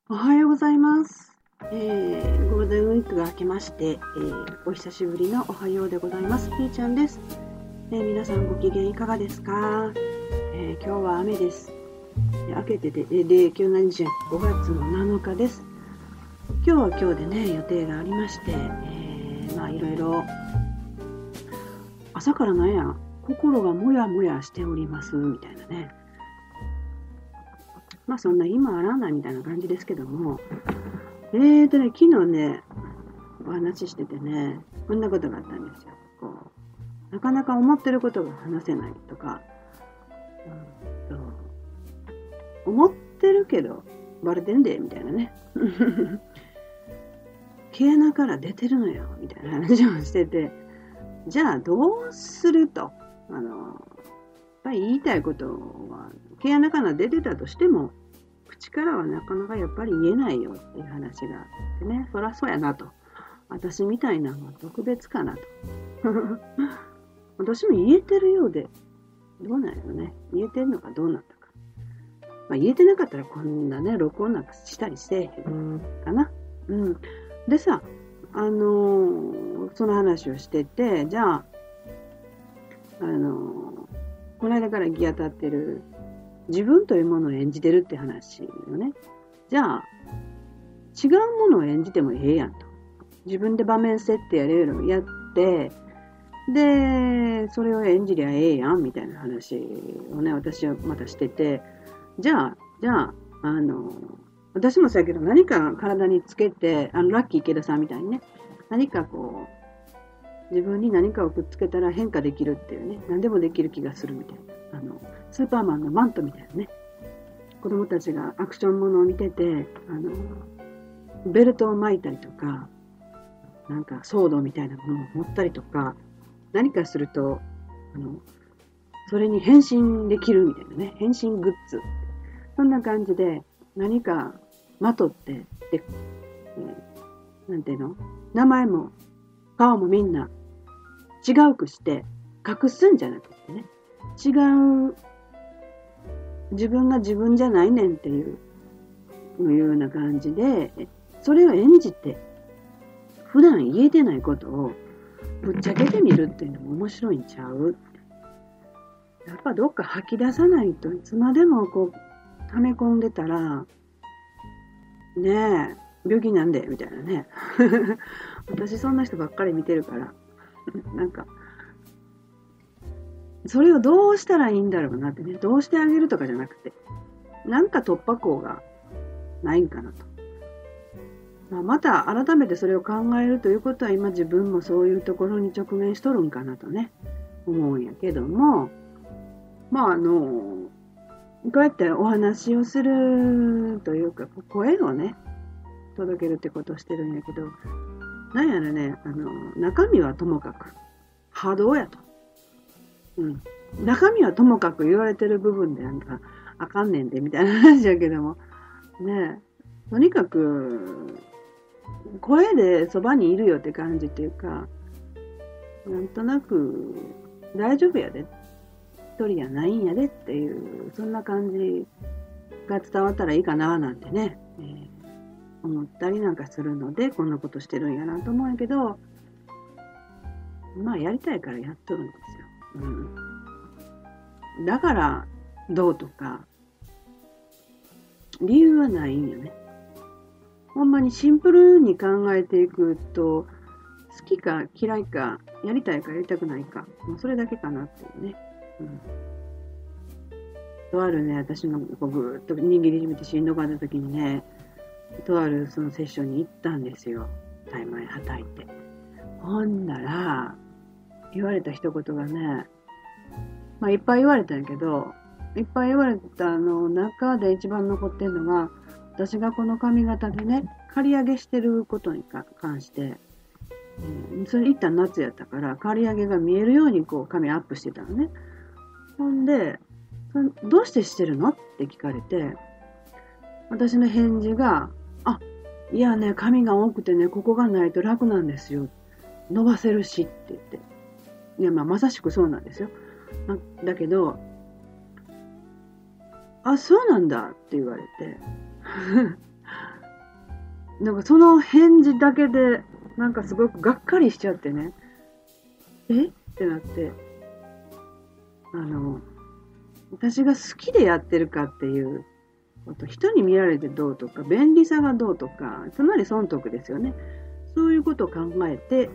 おはようございます。ゴールデンウィークが明けまして、お久しぶりのおはようでございます。ピーちゃんです。皆さんご機嫌いかがですか？今日は雨です。明けてて、今日何日？ 5 月の7日です。今日は今日でね、予定がありまして、いろいろ朝からなんや、心がもやもやしておりますみたいなね。そんな今あらんないみたいな感じですけども、昨日ね、お話ししててね、こんなことがあったんですよ。なかなか思ってることが話せないとか、思ってるけどバレてんでみたいなね。毛穴から出てるのよみたいな話をしてて、じゃあどうすると、やっぱり言いたいことは毛穴から出てたとしても口からはなかなかやっぱり言えないよっていう話があってね、そらそうやなと。私みたいなのは特別かなと。私も言えてるようで、どうなんやろね。言えてるのかどうなったか。言えてなかったらこんなね、録音なんかしたりせえへんかな。でさ、その話をしてて、じゃあ、この間から行き当たってる自分というものを演じてるって話よね。じゃあ、違うものを演じてもええやんと。自分で場面設定やれるやって、で、それを演じりゃええやんみたいな話をね、私はまたしてて、じゃあ、私もそうやけど何か体につけて、ラッキー池田さんみたいにね、何か自分に何かをくっつけたら変化できるっていうね、何でもできる気がするみたいな。スーパーマンのマントみたいなね。子供たちがアクションものを見てて、ベルトを巻いたりとか、なんかソードみたいなものを持ったりとか、何かすると、それに変身できるみたいなね、変身グッズ。そんな感じで、何かまとって、で、なんていうの？名前も顔もみんな違うくして隠すんじゃなくてね、違う自分が自分じゃないねんっていうような感じで、それを演じて普段言えてないことをぶっちゃけてみるっていうのも面白いんちゃう？やっぱどっか吐き出さないといつまでも溜め込んでたらねえ病気なんでみたいなね。私そんな人ばっかり見てるからなんかそれをどうしたらいいんだろうなってね、どうしてあげるとかじゃなくて、なんか突破口がないんかなと。また改めてそれを考えるということは、今自分もそういうところに直面しとるんかなとね、思うんやけども、こうやってお話をするというか、声をね、届けるってことをしてるんやけど、なんやらね、中身はともかく、波動やと。中身はともかく言われてる部分でなんかあかんねんでみたいな話やけどもね、とにかく声でそばにいるよって感じっていうか、なんとなく大丈夫やで、一人やないんやでっていう、そんな感じが伝わったらいいかななんてね、思ったりなんかするので、こんなことしてるんやなと思うんやけど、やりたいからやっとるんですよ。だからどうとか理由はないんよね。ほんまにシンプルに考えていくと、好きか嫌いか、やりたいかやりたくないか、もうそれだけかなっていうね。とあるね、私のぐーっと握りしめてしんどかった時にね、とあるそのセッションに行ったんですよ。タイマーはたいて。ほんなら、言われた一言がね、いっぱい言われたんやけど、いっぱい言われたの中で一番残ってるのが、私がこの髪型でね、刈り上げしてることに関して、それ一旦夏やったから、刈り上げが見えるように髪アップしてたのね。ほんで、どうしてしてるのって聞かれて、私の返事が、いやね、髪が多くてね、ここがないと楽なんですよ。伸ばせるしって言って。いや、まさしくそうなんですよ。だけど、そうなんだって言われて。 なんかその返事だけで、なんかすごくがっかりしちゃってね。ってなって、私が好きでやってるかっていうこと、人に見られてどうとか、便利さがどうとか、つまり損得ですよね。そういうことを考えて、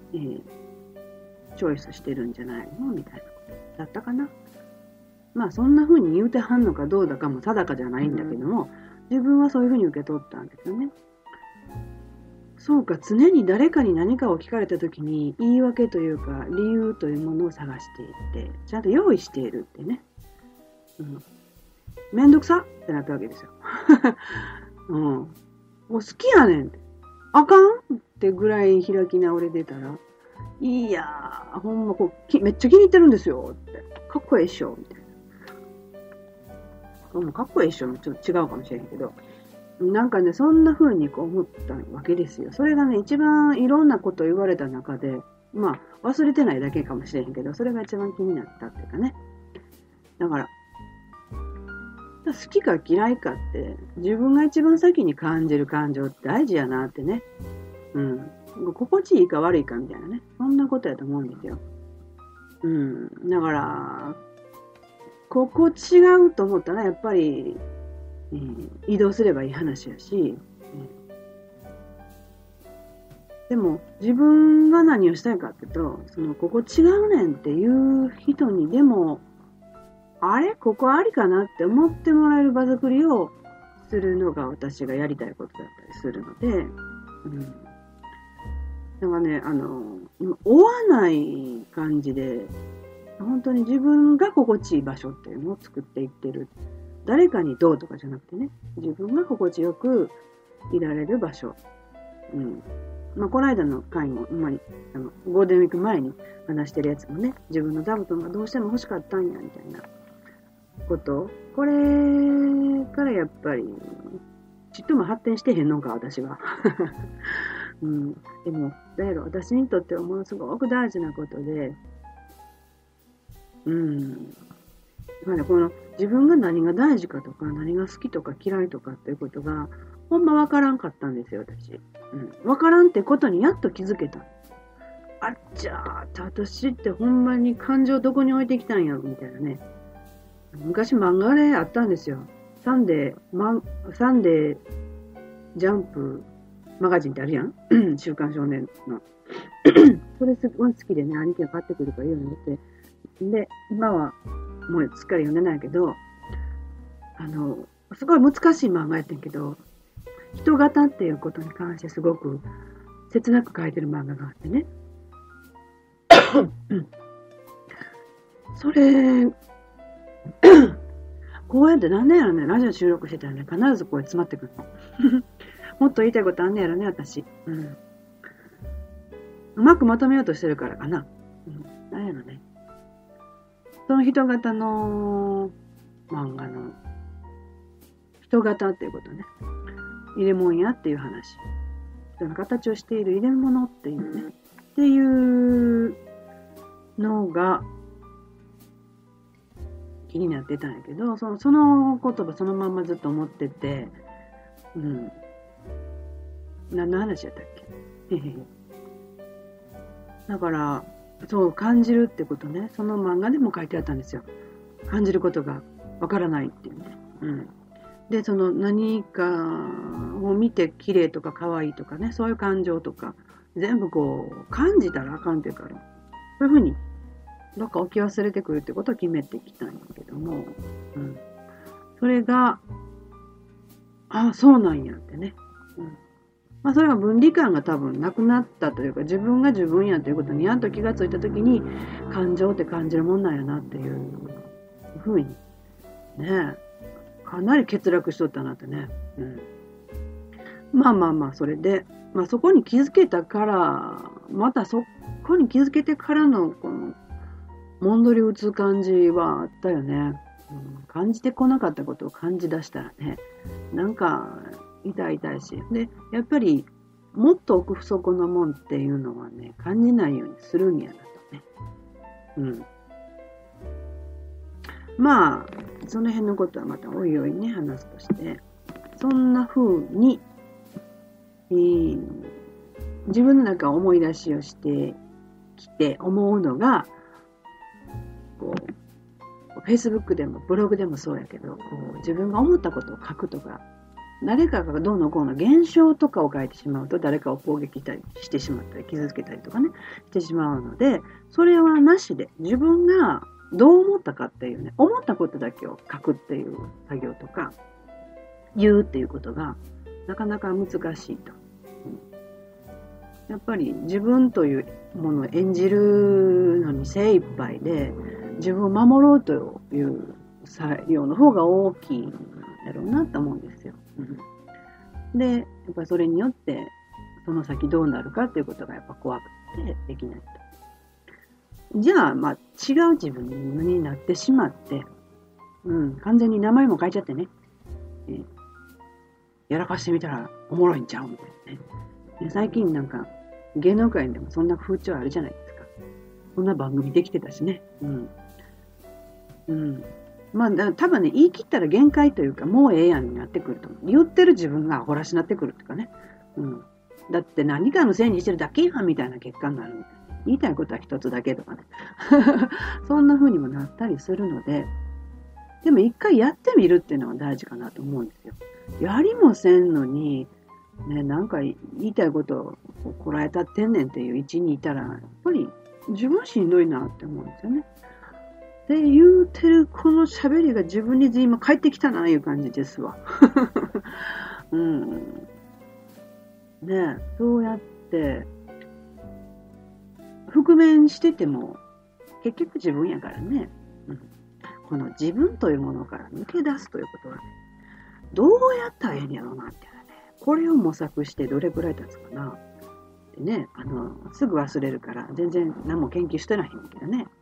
チョイスしてるんじゃないのみたいなことだったかな。まあそんな風に言うてはんのかどうだかも定かじゃないんだけども、自分はそういう風に受け取ったんですよね。そうか、常に誰かに何かを聞かれた時に言い訳というか理由というものを探していって、ちゃんと用意しているってね。めんどくさってなったわけですよ。もう好きやねんって。あかんってぐらい開き直り出たら、いやー、ほんまめっちゃ気に入ってるんですよって。かっこいいっしょみたいな。かっこいいっしょちょっと違うかもしれんけど。なんかね、そんな風に思ったわけですよ。それがね、一番いろんなこと言われた中で、まあ、忘れてないだけかもしれへんけど、それが一番気になったっていうかね。だから、好きか嫌いかって、自分が一番先に感じる感情って大事やなってね。心地いいか悪いかみたいなね。そんなことやと思うんですよ。だから、心地違うと思ったら、やっぱり、移動すればいい話やし、でも自分が何をしたいかっていうと、ここ違うねんっていう人にでも、あれここありかなって思ってもらえる場作りをするのが私がやりたいことだったりするので、だからね、追わない感じで、本当に自分が心地いい場所っていうのを作っていってる。誰かにどうとかじゃなくてね、自分が心地よくいられる場所。この間の回も、ゴールデンウィーク前に話してるやつもね、自分の座布団がどうしても欲しかったんや、みたいなこと。これからやっぱり、ちっとも発展してへんのか、私は。でも、だけど私にとってはものすごく大事なことで、この自分が何が大事かとか、何が好きとか嫌いとかっていうことが、ほんまわからんかったんですよ、私。わからんってことにやっと気づけた。あっちゃー、私ってほんまに感情どこに置いてきたんやろ、みたいなね。昔漫画であったんですよ。サンデージャンプマガジンってあるやん週刊少年の。それすごい好きでね、兄貴が買ってくるから言うようになって。で、今はもうすっかり読んでないけど、すごい難しい漫画やってんけど、人型っていうことに関してすごく切なく書いてる漫画があってね。それ、こうやってなんでやろね、ラジオ収録してたらね、必ずこう詰まってくるの。もっと言いたいことあんねやろね、私。うまくまとめようとしてるからかな。なんやろね。その人型の漫画の人型っていうことね。入れ物やっていう話。人の形をしている入れ物っていうね。っていうのが気になってたんやけど、その言葉そのままずっと思ってて、何の話やったっけだから、そう感じるってことね、その漫画でも書いてあったんですよ。感じることがわからないっていうね。で、その何かを見て綺麗とか可愛いとかね、そういう感情とか、全部こう、感じたらあかんっていうから、そういうふうに、どっか置き忘れてくるってことを決めてきたんやけども、それが、そうなんやってね。それが分離感が多分なくなったというか、自分が自分やということにやっと気がついたときに、感情って感じるもんなんやなっていうふうに、ね、かなり欠落しとったなってね。それで、そこに気づけたから、またそこに気づけてからの、この、もんどり打つ感じはあったよね。感じてこなかったことを感じ出したらね、なんか、痛いし。で、やっぱり、もっと奥底のもんっていうのはね、感じないようにするんやなとね。その辺のことはまたおいおいね、話すとして、そんな風に自分の中思い出しをしてきて思うのが、こう、Facebook でもブログでもそうやけど、こう自分が思ったことを書くとか、誰かがどうのこうの現象とかを書いてしまうと、誰かを攻撃したりしてしまったり、傷つけたりとかね、してしまうので、それはなしで、自分がどう思ったかっていうね、思ったことだけを書くっていう作業とか、言うっていうことが、なかなか難しいと。やっぱり自分というものを演じるのに精一杯で、自分を守ろうという作用の方が大きいんだろうなと思うんですよ。で、やっぱりそれによって、その先どうなるかっていうことがやっぱ怖くてできないと。じゃあ、まあ、違う自分になってしまって、完全に名前も変えちゃってね、やらかしてみたらおもろいんちゃうみたいなね。で最近なんか、芸能界でもそんな風潮あるじゃないですか。そんな番組できてたしね。まあ、多分ね、言い切ったら限界というか、もうええやんになってくると思う。言ってる自分がアホらしになってくるっていうかね。だって何かのせいにしてるだけやんみたいな結果になるみたいな。言いたいことは一つだけとかね。そんな風にもなったりするので、でも一回やってみるっていうのは大事かなと思うんですよ。やりもせんのに、ね、なんか言いたいことをこらえたってんねんっていう位置にいたら、やっぱり自分しんどいなって思うんですよね。で、言うてるこの喋りが自分に今返ってきたないう感じですわ。ね、そうやって覆面してても結局自分やからね。この自分というものから抜け出すということはね、どうやったらええんやろうなってね、これを模索してどれくらい経つかなってね、すぐ忘れるから全然何も研究してないんだけどね。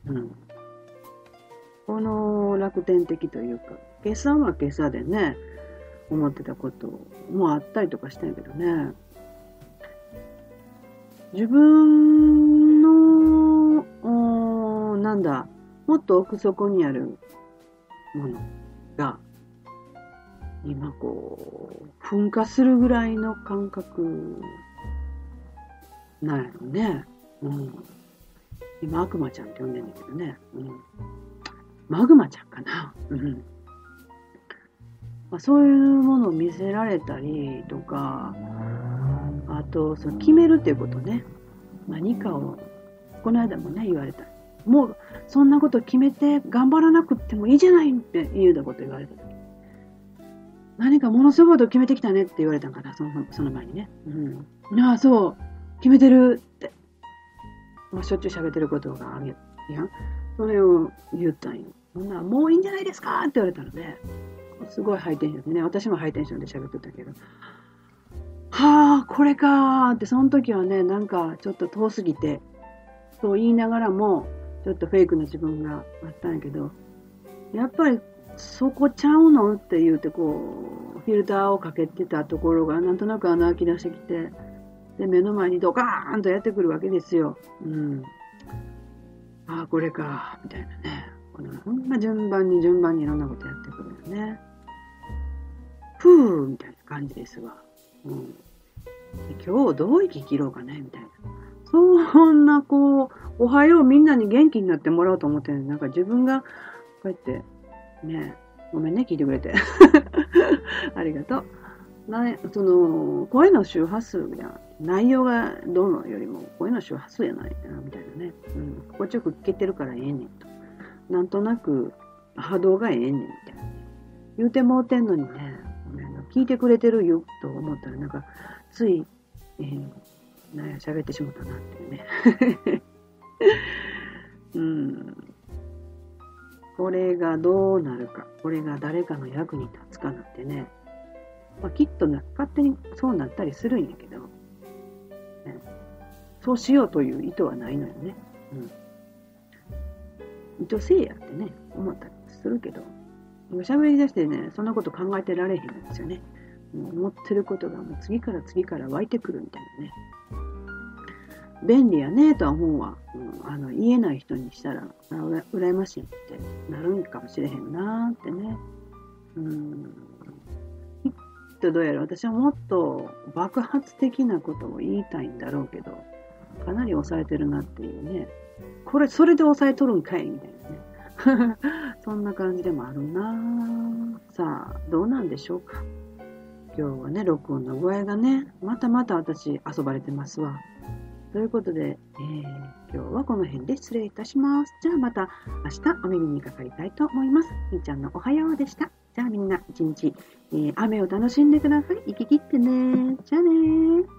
この楽天的というか、今朝は今朝でね、思ってたこともあったりとかしたんやけどね、自分の、もっと奥底にあるものが、今こう、噴火するぐらいの感覚なんやろね。今、悪魔ちゃんって呼んでんだけどね。マグマちゃんかな。そういうものを見せられたりとか、あと、決めるっていうことね。何かを、この間もね、言われた。もう、そんなこと決めて頑張らなくってもいいじゃないっていうようなこと言われた時。何かものすごいこと決めてきたねって言われたから、その前にね。ああ、そう、決めてるって。しょっちゅう喋ってることがあるやん。それを言ったんよ。もういいんじゃないですかって言われたので、すごいハイテンションでね、私もハイテンションで喋ってたけど、はあ、これかーって、その時はね、なんかちょっと遠すぎて、そう言いながらも、ちょっとフェイクな自分があったんやけど、やっぱりそこちゃうのって言うて、こう、フィルターをかけてたところが、なんとなく穴開き出してきて、で、目の前にドカーンとやってくるわけですよ。ああ、これか、みたいなね。ほんま順番にいろんなことやってくるよね。ふーみたいな感じですわ。今日どう生き切ろうかねみたいな。そんなこう、おはようみんなに元気になってもらおうと思ってるのに、なんか自分がこうやってね、ごめんね聞いてくれてありがとう。声の周波数や内容がどうのよりも声の周波数やないなみたいなね。心地よく聞けてるからええねんと。なんとなく波動がええねんみたいな。言うてもうてんのにね、聞いてくれてるよと思ったらなんかつい、喋ってしまったなっていうね。これがどうなるか、これが誰かの役に立つかなんてね、きっとね、勝手にそうなったりするんやけど、そうしようという意図はないのよね。意図せえやってね、思ったりするけど、喋り出してね、そんなこと考えてられへんんですよね。思ってることがもう次から湧いてくるみたいなね。便利やねとは思うわ。言えない人にしたら、羨ましいってなるんかもしれへんなーってね。 とどうやら私はもっと爆発的なことを言いたいんだろうけど、かなり抑えてるなっていうね。それで抑えとるんかいみたいなね。そんな感じでもあるなぁ。さあ、どうなんでしょうか。今日はね、録音の具合がね、また私遊ばれてますわ。ということで、今日はこの辺で失礼いたします。じゃあまた明日お耳にかかりたいと思います。みーちゃんのおはようでした。じゃあみんな一日、雨を楽しんでください。行き切ってね。じゃあねー。